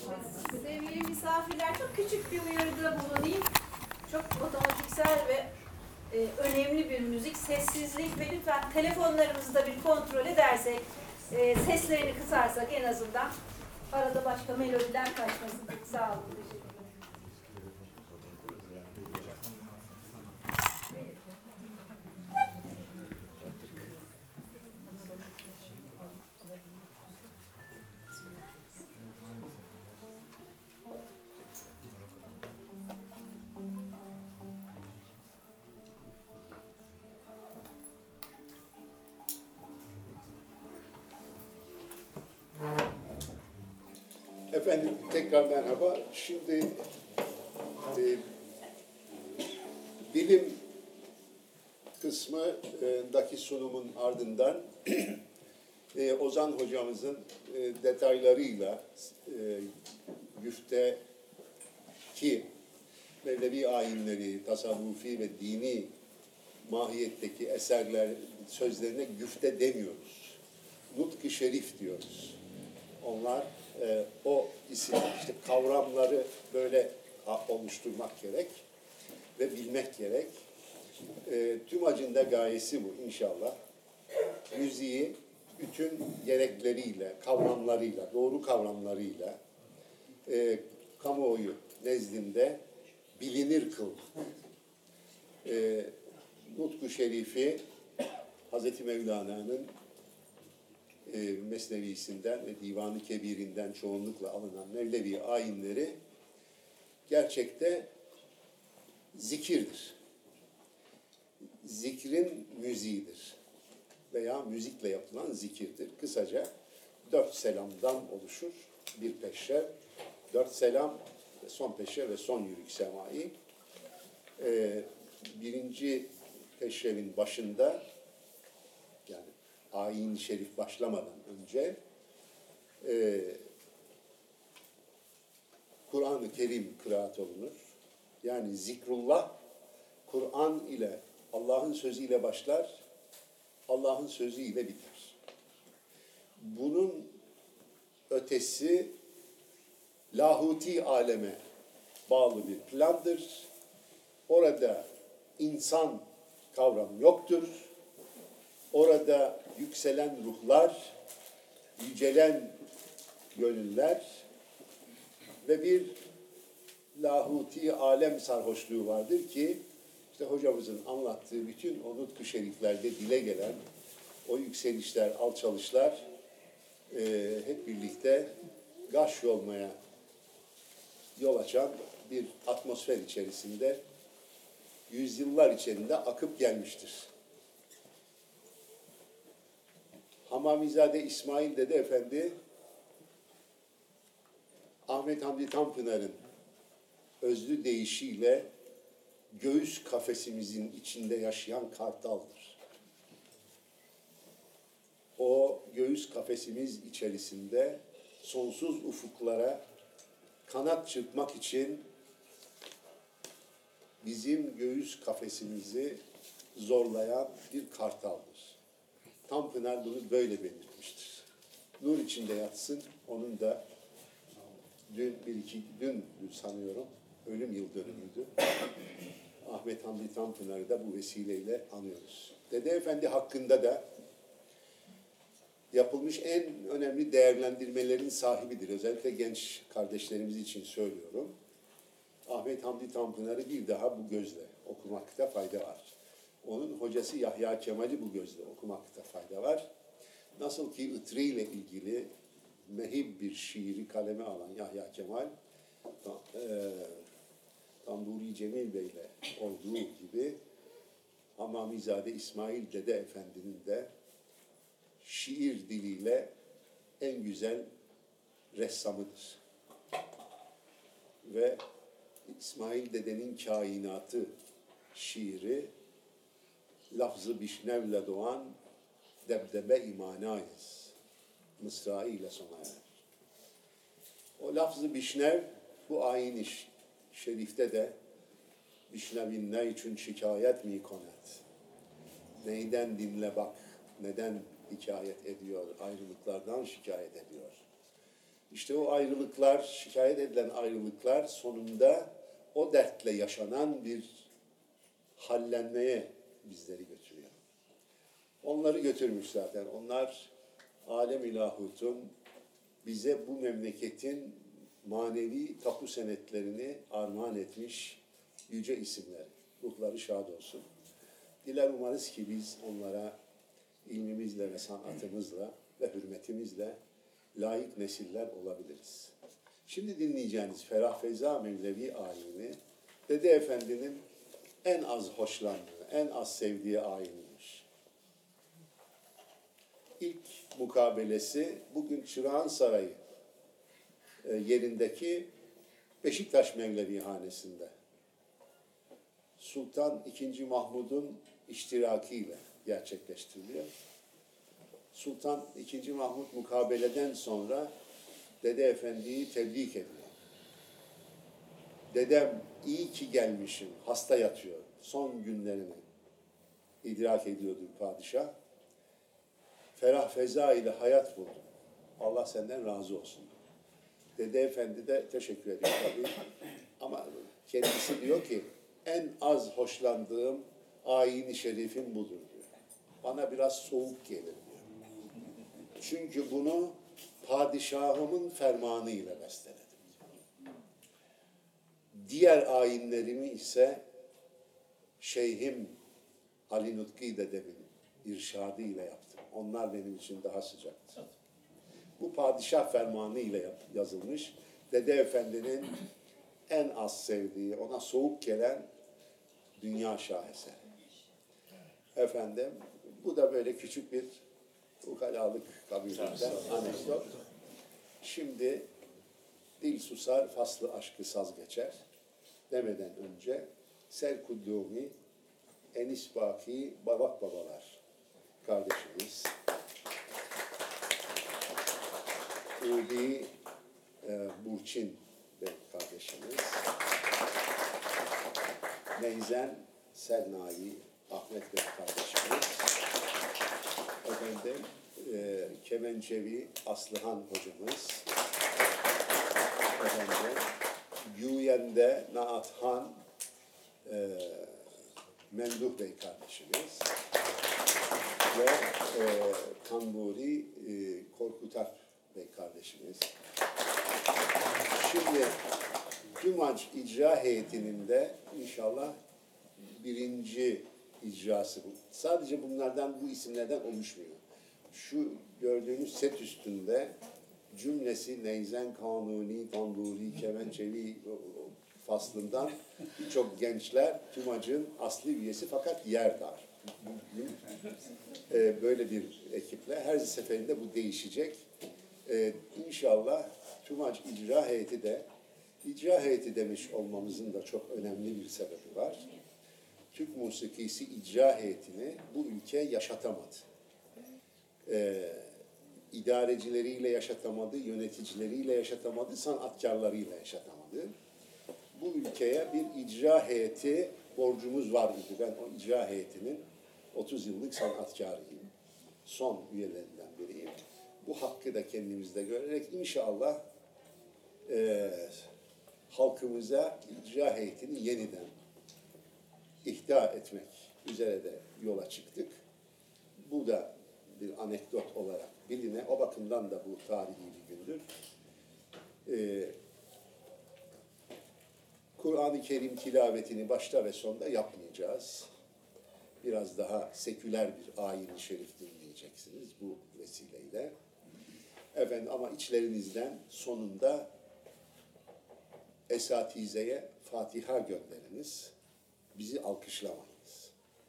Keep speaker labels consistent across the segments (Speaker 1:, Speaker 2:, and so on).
Speaker 1: Sevgili misafirler, çok küçük bir uyarıda bulunayım. Çok otomatiksel ve önemli bir müzik. Sessizlik ve lütfen telefonlarımızı da bir kontrol edersek, seslerini kısarsak en azından arada başka melodiler kaçmasın. Sağ olun. Teşekkür ederim.
Speaker 2: Efendim tekrar merhaba. Şimdi bilim kısmındaki sunumun ardından Ozan hocamızın detaylarıyla güfteki Mevlevi ayinleri, tasavvufi ve dini mahiyetteki eserler sözlerine güfte demiyoruz. Nutk-ı şerif diyoruz. Onlar o isim, işte kavramları böyle oluşturmak gerek ve bilmek gerek. Tümacın da gayesi bu inşallah. Müziği bütün gerekleriyle, kavramlarıyla, doğru kavramlarıyla kamuoyu nezdinde bilinir kılmak. Nutku Şerifi Hazreti Mevlana'nın Mesnevisinden ve Divan-ı Kebir'inden çoğunlukla alınan Mevlevi ayinleri gerçekte zikirdir. Zikrin müziğidir veya müzikle yapılan zikirdir. Kısaca 4 selamdan oluşur bir peşrev. 4 selam, son peşrev ve son yürük semai. Birinci peşrevin başında, yani ayin-i şerif başlamadan önce Kur'an-ı Kerim kıraat olunur. Yani zikrullah Kur'an ile, Allah'ın sözüyle başlar, Allah'ın sözüyle biter. Bunun ötesi lahuti aleme bağlı bir plandır. Orada insan kavramı yoktur. Orada yükselen ruhlar, yücelen gönüller ve bir lahuti alem sarhoşluğu vardır ki işte hocamızın anlattığı bütün o nutku şeriflerde dile gelen o yükselişler, alçalışlar hep birlikte gaş olmaya yol açan bir atmosfer içerisinde yüzyıllar içerisinde akıp gelmiştir. Hamamizade İsmail Dede Efendi, Ahmet Hamdi Tanpınar'ın özlü deyişiyle göğüs kafesimizin içinde yaşayan kartaldır. O göğüs kafesimiz içerisinde sonsuz ufuklara kanat çırpmak için bizim göğüs kafesimizi zorlayan bir kartaldır. Tanpınar bunu böyle belirtmiştir. Nur içinde yatsın, onun da dün sanıyorum ölüm yıl dönümüydü. Ahmet Hamdi Tanpınar'ı da bu vesileyle anıyoruz. Dede Efendi hakkında da yapılmış en önemli değerlendirmelerin sahibidir. Özellikle genç kardeşlerimiz için söylüyorum. Ahmet Hamdi Tanpınar'ı bir daha bu gözle okumakta fayda var. Onun hocası Yahya Kemal'i bu gözle okumakta fayda var. Nasıl ki Itri ile ilgili mehib bir şiiri kaleme alan Yahya Kemal, Tanduri Cemil Bey ile olduğu gibi Hamamizade İsmail Dede Efendi'nin de şiir diliyle en güzel ressamıdır. Ve İsmail Dede'nin Kainatı şiiri lafz-ı bişnevle doğan debdebe imanayız mısrağı ile sona erer. O lafz-ı bişnev bu ayin-i şerifte de bişnevin ne için şikayet mi konet? Neyden dinle bak, neden hikayet ediyor, ayrılıklardan şikayet ediyor. İşte o ayrılıklar, şikayet edilen ayrılıklar sonunda o dertle yaşanan bir hallenmeye bizleri götürüyor. Onları götürmüş zaten. Onlar alem-i lahutun bize bu memleketin manevi tapu senetlerini armağan etmiş yüce isimler. Ruhları şad olsun. Umarız ki biz onlara ilmimizle ve sanatımızla ve hürmetimizle layık nesiller olabiliriz. Şimdi dinleyeceğiniz Ferah Feyza Mevlevi ayini Dede Efendi'nin en az hoşlandığı, en az sevdiği ayiniymiş. İlk mukabelesi bugün Çırağan Sarayı yerindeki Beşiktaş Mevlevi Hanesi'nde. Sultan II. Mahmud'un iştirakiyle gerçekleştiriliyor. Sultan II. Mahmud mukabeleden sonra Dede Efendi'yi tebrik ediyor. Dedem iyi ki gelmişim, hasta yatıyor. Son günlerini idrak ediyordu padişah. Ferah feza ile hayat buldum. Allah senden razı olsun. Dede Efendi de teşekkür ediyor tabii. Ama kendisi diyor ki en az hoşlandığım ayin-i şerifim budur diyor. Bana biraz soğuk gelir diyor. Çünkü bunu padişahımın fermanı ile besteledim. Diğer ayinlerimi ise şeyhim Ali Nutki dedemin irşadı ile yaptım. Onlar benim için daha sıcaktı. Bu padişah fermanı ile yazılmış. Dede Efendi'nin en az sevdiği, ona soğuk gelen dünya şaheseri. Efendim, bu da böyle küçük bir ukalalık kabiliğinden anekdot. Şimdi dil susar, faslı aşkı saz geçer demeden önce Serkuddumi, Enis Baki, Babak Babalar kardeşimiz, Udi Burçin Bey kardeşimiz, Neyzen Selnai Ahmet Bey kardeşimiz, efendim Kemençevi Aslıhan hocamız, efendim Güyen'de Naathan Memduh Bey kardeşimiz ve Kamburi Korkutar Bey kardeşimiz. Şimdi Cumac icra heyetinin de inşallah birinci icrası bu. Sadece bunlardan, bu isimlerden oluşmuyor. Şu gördüğünüz set üstünde cümlesi Neyzen Kanuni, Kamburi, Kemençevi faslından birçok gençler TÜMAC'ın asli üyesi fakat yer dar. Böyle bir ekiple her seferinde bu değişecek. İnşallah TÜMAC icra heyeti de, icra heyeti demiş olmamızın da çok önemli bir sebebi var. Türk musikisi icra heyetini bu ülke yaşatamadı. İdarecileriyle yaşatamadı, yöneticileriyle yaşatamadı, sanatkarlarıyla yaşatamadı. Bu ülkeye bir icra heyeti borcumuz var idi. Ben o icra heyetinin 30 yıllık sanatkarıyım. Son üyelerinden biriyim. Bu hakkı da kendimizde görerek inşallah halkımıza icra heyetini yeniden ihda etmek üzere de yola çıktık. Bu da bir anekdot olarak biline, o bakımdan da bu tarihi bir gündür. Kur'an-ı Kerim tilavetini başta ve sonda yapmayacağız. Biraz daha seküler bir ayin-i şerif dinleyeceksiniz bu vesileyle. Efendim ama içlerinizden sonunda esatizeye Fatiha gönderiniz. Bizi alkışlamayınız.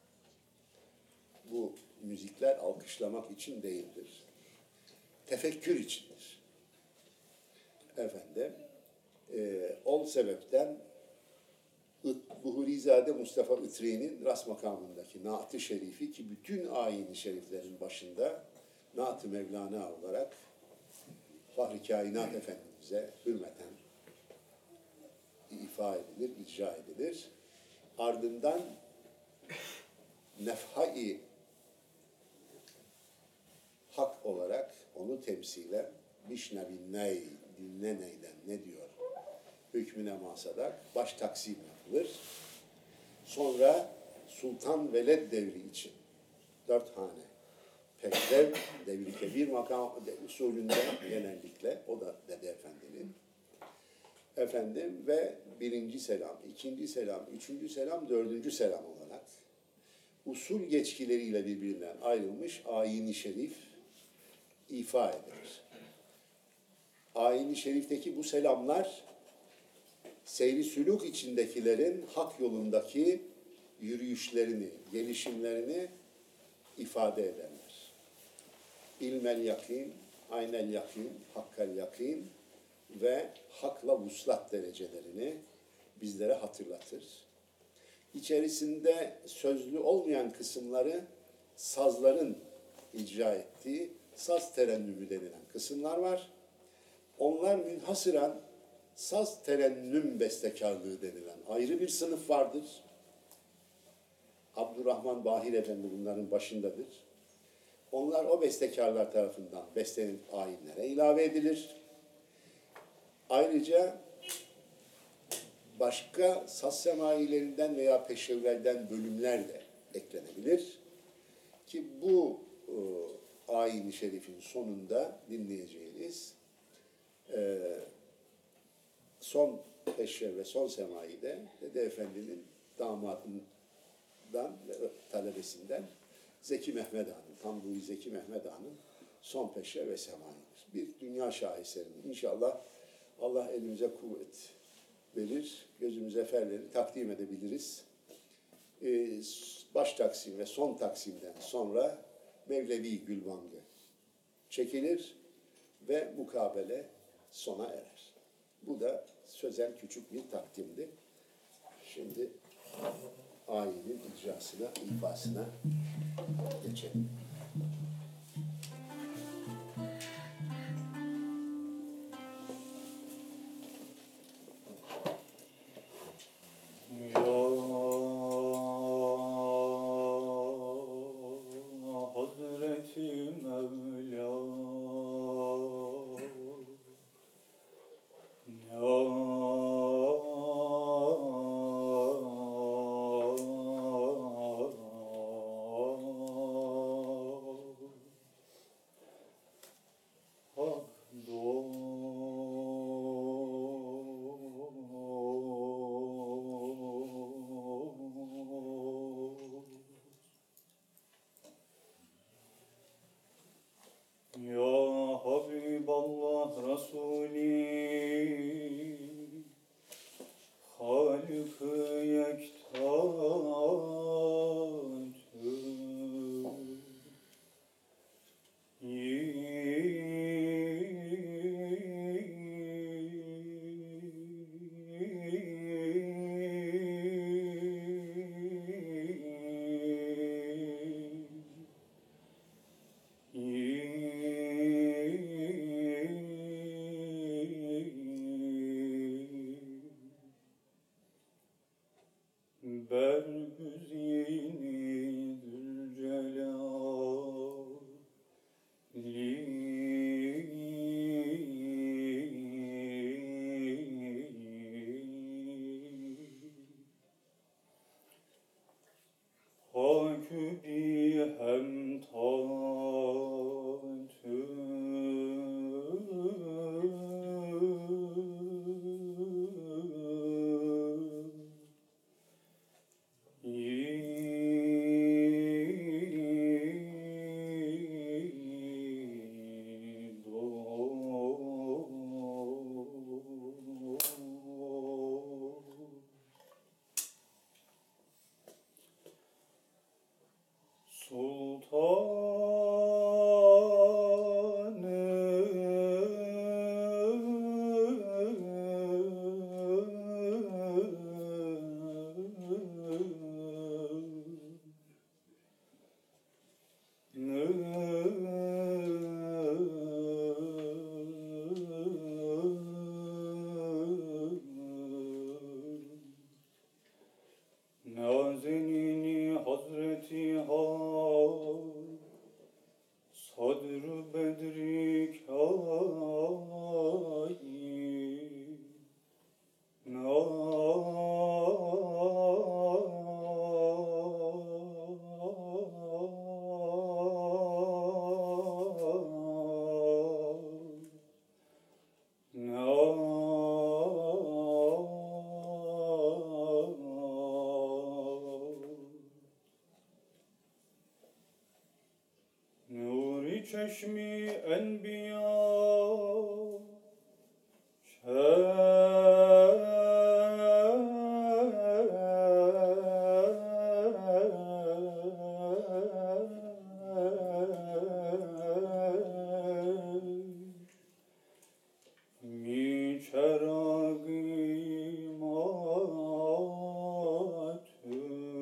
Speaker 2: Bu müzikler alkışlamak için değildir. Tefekkür içindir. Efendim, o sebepten Buhurizade Mustafa Itri'nin ras makamındaki Naat-ı Şerifi ki bütün ayin-i şeriflerin başında Naat-ı Mevlana olarak Fahri Kainat Efendimiz'e hürmeten ifa edilir, icra edilir. Ardından nefha-i hak olarak onu temsilen Bişnevinney dinle neyden ne diyor? Hükmüne masadak baş taksim yapılır. Sonra Sultan Veled devri için 4 hane pekdev, devri kebir makam usulünde genellikle, o da Dede Efendi'nin. Efendim ve 1. selam, 2. selam, 3. selam, 4. selam olarak usul geçkileriyle birbirinden ayrılmış ayin-i şerif ifa eder. Ayin-i şerifteki bu selamlar seyri sülûk içindekilerin hak yolundaki yürüyüşlerini, gelişimlerini ifade ederler. İlmel yakin, aynel yakin, hakkal yakin ve hakla vuslat derecelerini bizlere hatırlatır. İçerisinde sözlü olmayan kısımları sazların icra ettiği saz terennümü denilen kısımlar var. Onlar münhasıran saz terennüm bestekarlığı denilen ayrı bir sınıf vardır. Abdurrahman Bahir Efendi bunların başındadır. Onlar o bestekarlar tarafından bestenip ayinlere ilave edilir. Ayrıca başka saz semailerinden veya peşevlerden bölümler de eklenebilir. Ki bu ayin-i şerifin sonunda dinleyeceğiniz son peşrev ve son semaide Dede Efendi'nin damadından ve talebesinden Zeki Mehmed Han'ın, Tamburi Zeki Mehmed Han'ın son peşrev ve semaidir. Bir dünya şaheserinin inşallah Allah elimize kuvvet verir, gözümüze ferleri takdim edebiliriz. Baş taksim ve son taksimden sonra Mevlevi Gülbangı çekilir ve mukabele sona erer. Bu da sözel küçük bir takdimdi. Şimdi ayinin icrasına, ifasına geçelim.
Speaker 3: Nuri çeşmi enbiya mi çeragi matü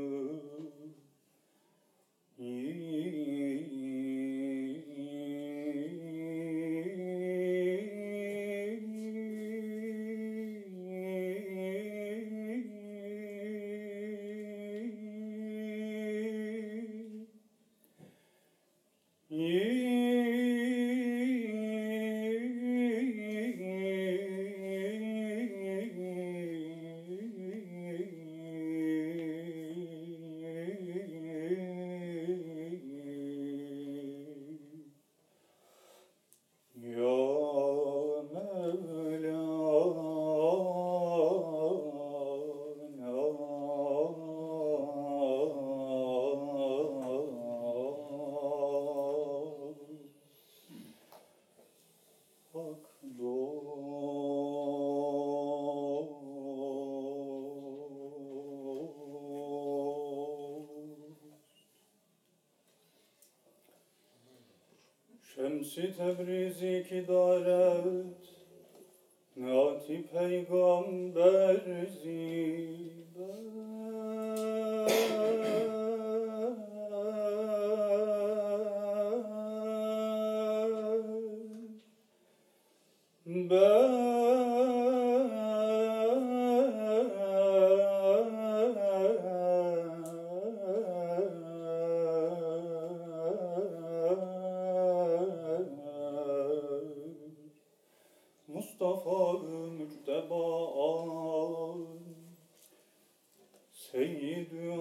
Speaker 3: Şems-i Tebrizi ki daret Nati peygamber Mustafa mücteba Seyyid-i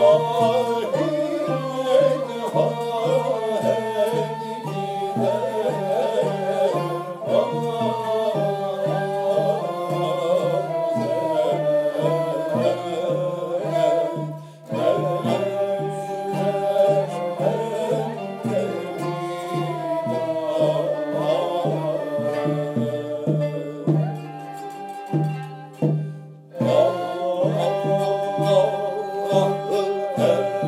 Speaker 2: Ah,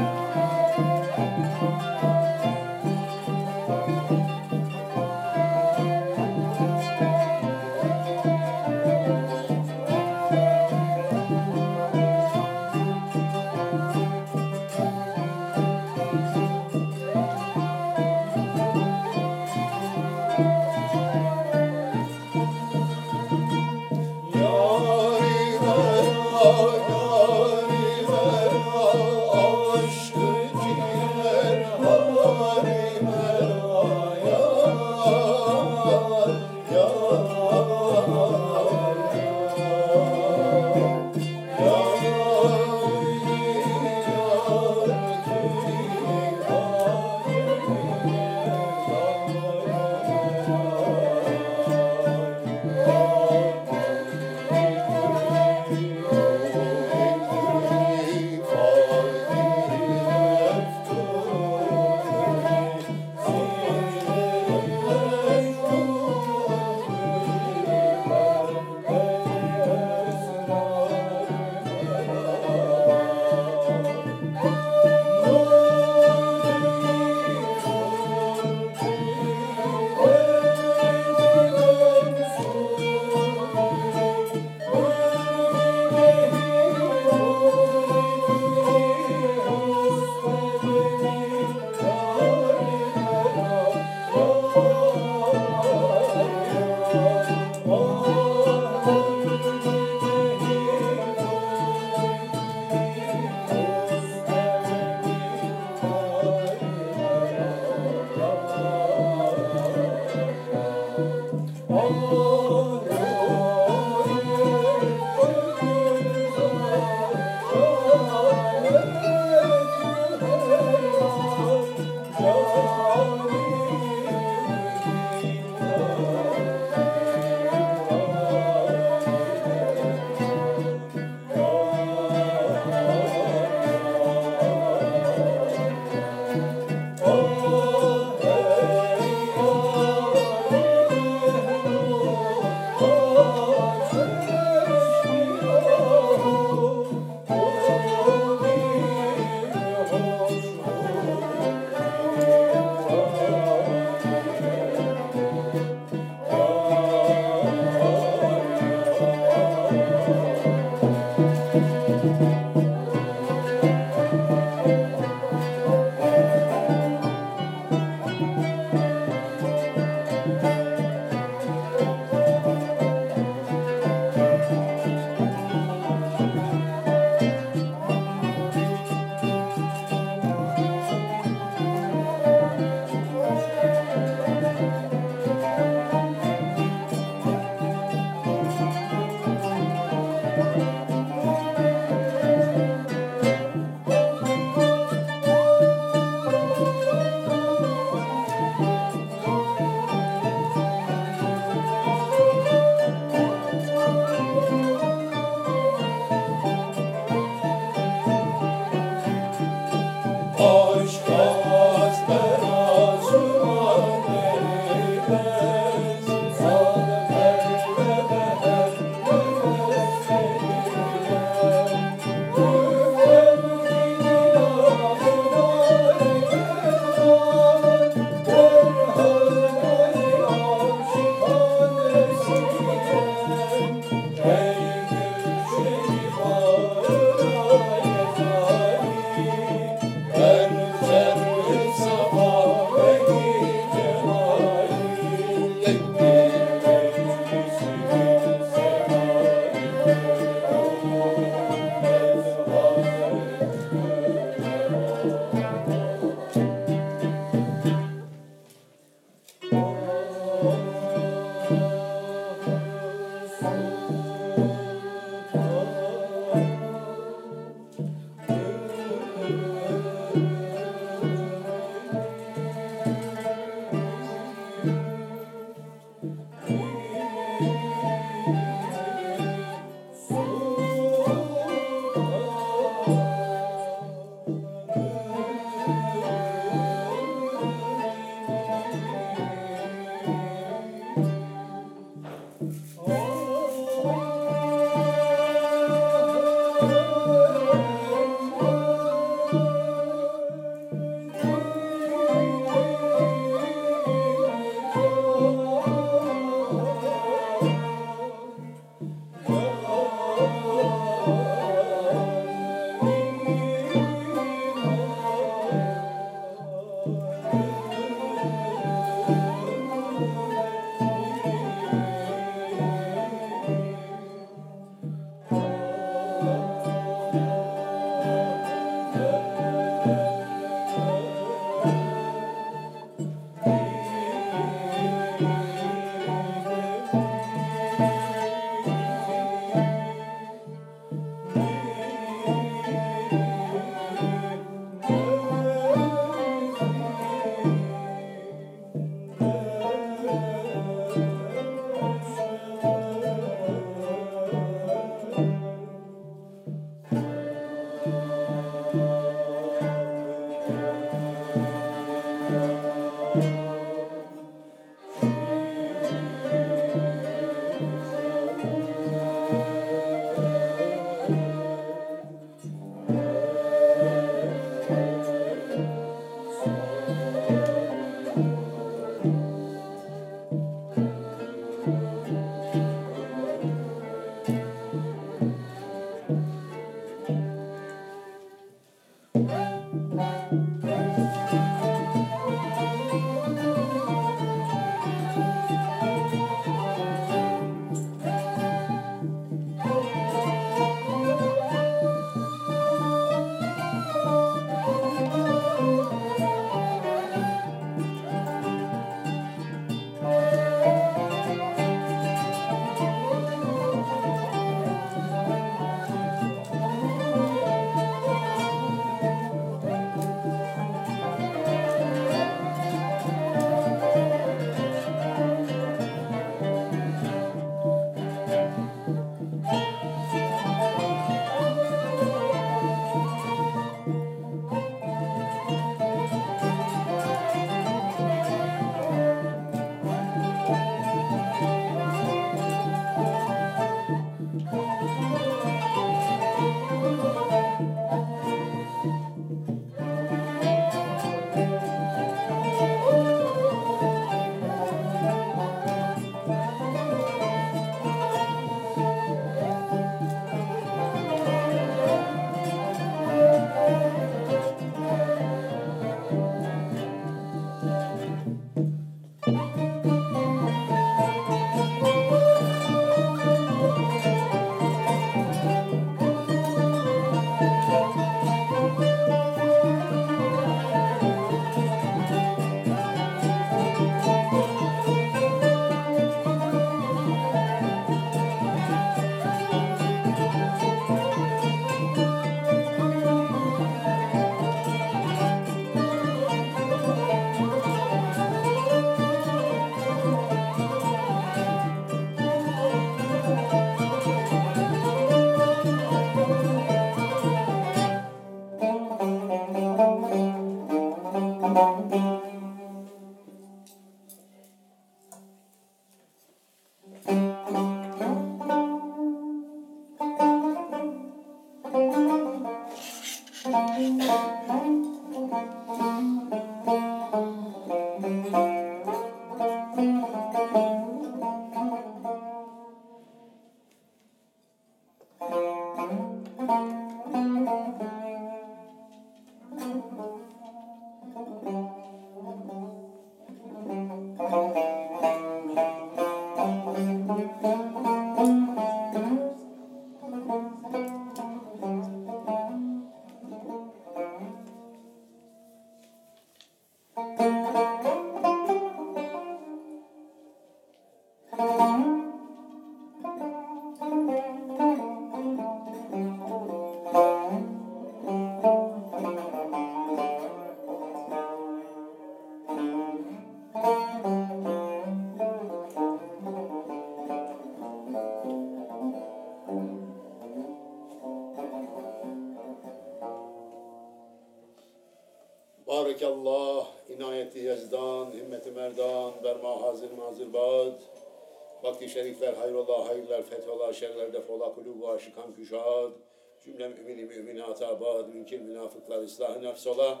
Speaker 2: Barakallah, inayeti yezdan, himmeti merdan, berma hazır mazır bad. Vakti şerifler, hayrollah, hayırlar, fetholar, şerler, defola, kulubu, aşıkan küşad. Cümle mümini, müminat, abad, münkir, münafıklar, ıslah-ı nefs ola.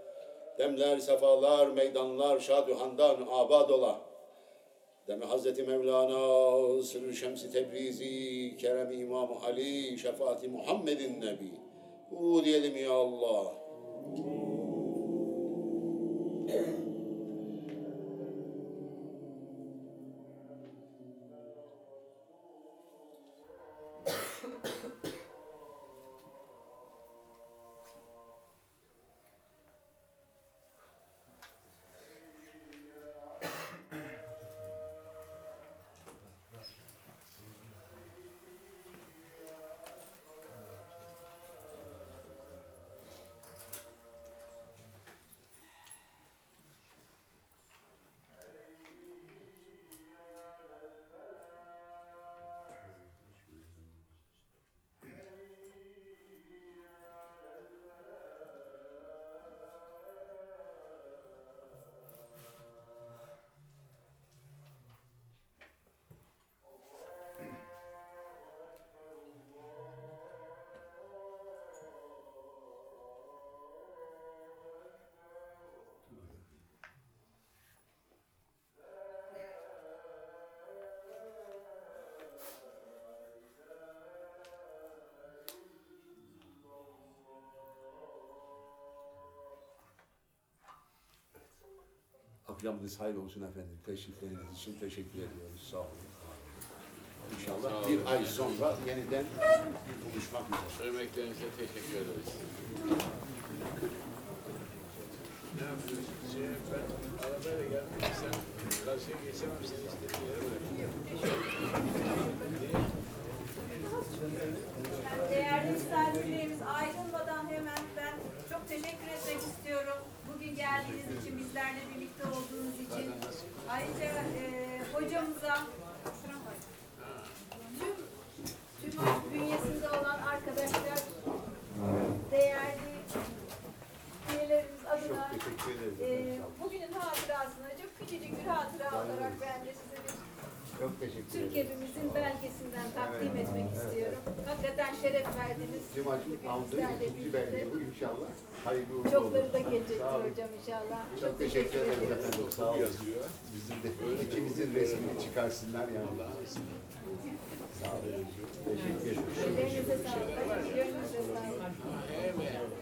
Speaker 2: Demler, sefalar, meydanlar, şad-ı handan, abad ola. Demi Hazreti Mevlana, Sırrı Şems-i Tebrizi, Kerem-i İmam-ı Ali, Şefaati Muhammed'in Nebi. Diyelim ya Allah. Akşamınız hayır olsun efendim. Teşrifleriniz için teşekkür ediyoruz. Sağ olun. İnşallah bir ay sonra yeniden buluşmak üzere.
Speaker 4: Emeklerinize teşekkür ederiz. Ne yapıyorsun? Ben arabayla geldim. Sen karşıya geçemem. Seni istediğin yere bırakayım.
Speaker 1: Değerli misafirlerimiz ayrılmadan hemen ben çok teşekkür etmek istiyorum. Bugün geldiğiniz için, bizlerle birlikte olduğunuz için. Ayrıca hocamıza, tüm bünyesinde olan arkadaşlar, değerli üyelerimiz adına
Speaker 2: Teşekkür ederiz.
Speaker 1: bugünün hatırasına çok küçücük bir hatıra olarak ben de size bir
Speaker 2: Çok teşekkür
Speaker 1: Türk
Speaker 2: ederim.
Speaker 1: evimizin belgesinden takdim etmek istiyorum. Hakikaten şeref verdiniz.
Speaker 2: Cuma'cığım aldığı
Speaker 1: Bizlerle
Speaker 2: ikinci
Speaker 1: birlikte.
Speaker 2: belge bu inşallah. Hayırlı uğurlu
Speaker 1: Çokları da
Speaker 2: olsun.
Speaker 1: gelecektir
Speaker 2: Sağ olun.
Speaker 1: hocam inşallah.
Speaker 2: Çok teşekkür ederiz efendim. Sağ olun.
Speaker 4: Yazıyor.
Speaker 2: Bizim de ikimizin resmini çıkarsınlar yani. Sağ olun. Teşekkür ederim.
Speaker 1: Ellerinize sağlık. Gönlünüze sağlık.
Speaker 4: Evet.